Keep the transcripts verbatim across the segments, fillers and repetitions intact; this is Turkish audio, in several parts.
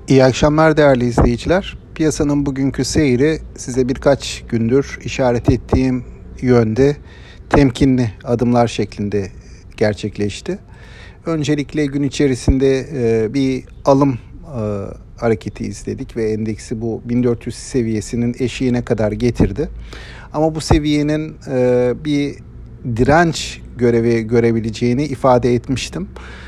İyi akşamlar değerli izleyiciler. Piyasanın bugünkü seyri size birkaç gündür işaret ettiğim yönde temkinli adımlar şeklinde gerçekleşti. Öncelikle gün içerisinde bir alım hareketi izledik ve endeksi bu bin dört yüz seviyesinin eşiğine kadar getirdi. Ama bu seviyenin bir direnç görevi görebileceğini ifade etmiştim.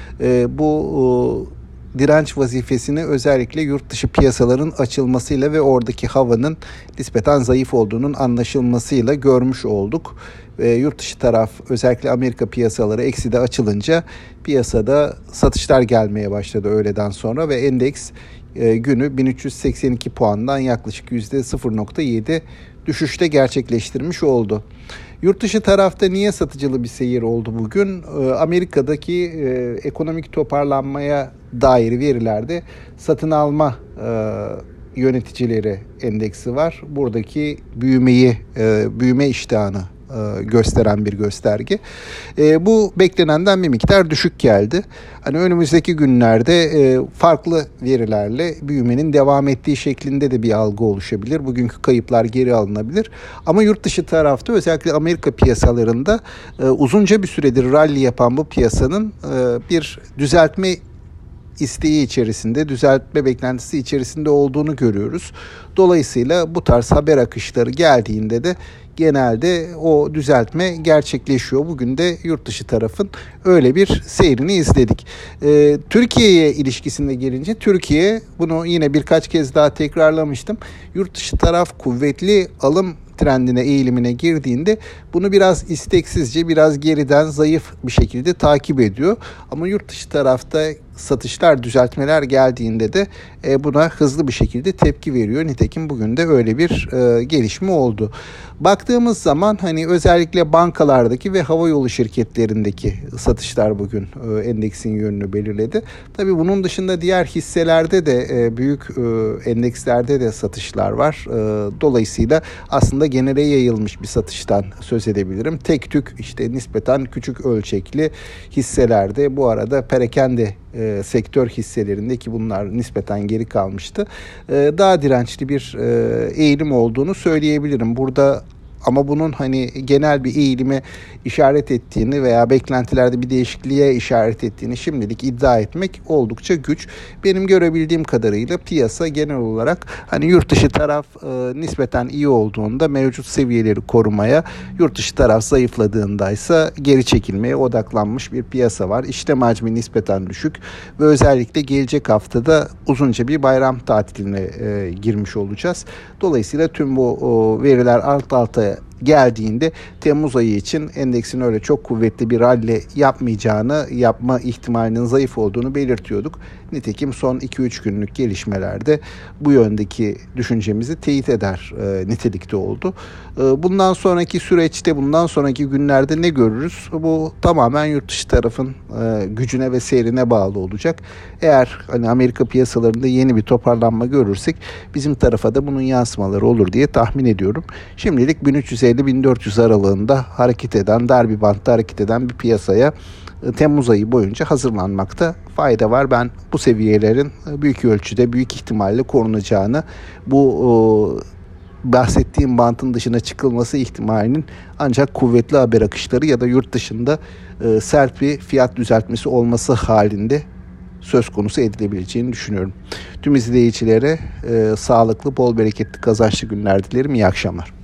Bu direnç vazifesini özellikle yurt dışı piyasaların açılmasıyla ve oradaki havanın nispeten zayıf olduğunun anlaşılmasıyla görmüş olduk. E, yurt dışı taraf özellikle Amerika piyasaları ekside açılınca piyasada satışlar gelmeye başladı öğleden sonra ve endeks e, günü bin üç yüz seksen iki puandan yaklaşık yüzde sıfır virgül yedi düşüşte gerçekleştirmiş oldu. Yurt dışı tarafta niye satıcılı bir seyir oldu bugün? Amerika'daki e, ekonomik toparlanmaya dair verilerde satın alma e, yöneticileri endeksi var. Buradaki büyümeyi, e, büyüme iştahını e, gösteren bir gösterge. E, bu beklenenden bir miktar düşük geldi. Hani önümüzdeki günlerde e, farklı verilerle büyümenin devam ettiği şeklinde de bir algı oluşabilir. Bugünkü kayıplar geri alınabilir. Ama yurt dışı tarafta özellikle Amerika piyasalarında e, uzunca bir süredir rally yapan bu piyasanın e, bir düzeltme isteği içerisinde, düzeltme beklentisi içerisinde olduğunu görüyoruz. Dolayısıyla bu tarz haber akışları geldiğinde de genelde o düzeltme gerçekleşiyor. Bugün de yurt dışı tarafın öyle bir seyrini izledik. Ee, Türkiye'ye ilişkisine gelince, Türkiye, bunu yine birkaç kez daha tekrarlamıştım. Yurt dışı taraf kuvvetli alım trendine, eğilimine girdiğinde bunu biraz isteksizce, biraz geriden zayıf bir şekilde takip ediyor. Ama yurt dışı tarafta satışlar, düzeltmeler geldiğinde de e, buna hızlı bir şekilde tepki veriyor. Nitekim bugün de öyle bir e, gelişme oldu. Baktığımız zaman hani özellikle bankalardaki ve havayolu şirketlerindeki satışlar bugün e, endeksin yönünü belirledi. Tabii bunun dışında diğer hisselerde de e, büyük e, endekslerde de satışlar var. E, dolayısıyla aslında genele yayılmış bir satıştan söz edebilirim. Tek tük işte nispeten küçük ölçekli hisselerde bu arada perakende e, sektör hisselerinde ki bunlar nispeten geri kalmıştı. E, daha dirençli bir e, eğilim olduğunu söyleyebilirim. Burada ama bunun hani genel bir eğilime işaret ettiğini veya beklentilerde bir değişikliğe işaret ettiğini şimdilik iddia etmek oldukça güç. Benim görebildiğim kadarıyla piyasa genel olarak hani yurt dışı taraf e, nispeten iyi olduğunda mevcut seviyeleri korumaya, yurt dışı taraf zayıfladığındaysa geri çekilmeye odaklanmış bir piyasa var. İşlem hacmi nispeten düşük ve özellikle gelecek haftada uzunca bir bayram tatiline e, girmiş olacağız. Dolayısıyla tüm bu o, veriler alt alta geldiğinde Temmuz ayı için endeksin öyle çok kuvvetli bir rally yapmayacağını, yapma ihtimalinin zayıf olduğunu belirtiyorduk. Nitekim son iki üç günlük gelişmelerde bu yöndeki düşüncemizi teyit eder e, nitelikte oldu. E, bundan sonraki süreçte, bundan sonraki günlerde ne görürüz? Bu tamamen yurt dışı tarafın e, gücüne ve seyrine bağlı olacak. Eğer hani Amerika piyasalarında yeni bir toparlanma görürsek bizim tarafa da bunun yansımaları olur diye tahmin ediyorum. Şimdilik bin üç yüz elli bin dört yüz aralığında hareket eden, dar bir bantta hareket eden bir piyasaya Temmuz ayı boyunca hazırlanmakta fayda var. Ben bu seviyelerin büyük ölçüde, büyük ihtimalle korunacağını, bu bahsettiğim bantın dışına çıkılması ihtimalinin ancak kuvvetli haber akışları ya da yurt dışında sert bir fiyat düzeltmesi olması halinde söz konusu edilebileceğini düşünüyorum. Tüm izleyicilere e, sağlıklı, bol bereketli, kazançlı günler dilerim. İyi akşamlar.